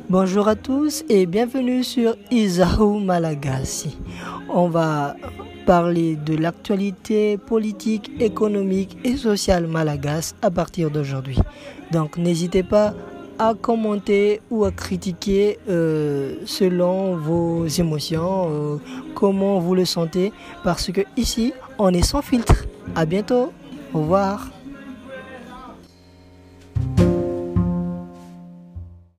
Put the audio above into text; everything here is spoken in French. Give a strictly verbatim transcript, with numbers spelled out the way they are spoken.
Bonjour à tous et bienvenue sur Isaou Malagasy. On va parler de l'actualité politique, économique et sociale malagasy à partir d'aujourd'hui. Donc n'hésitez pas à commenter ou à critiquer euh, selon vos émotions, euh, comment vous le sentez, parce que ici on est sans filtre. À bientôt, au revoir.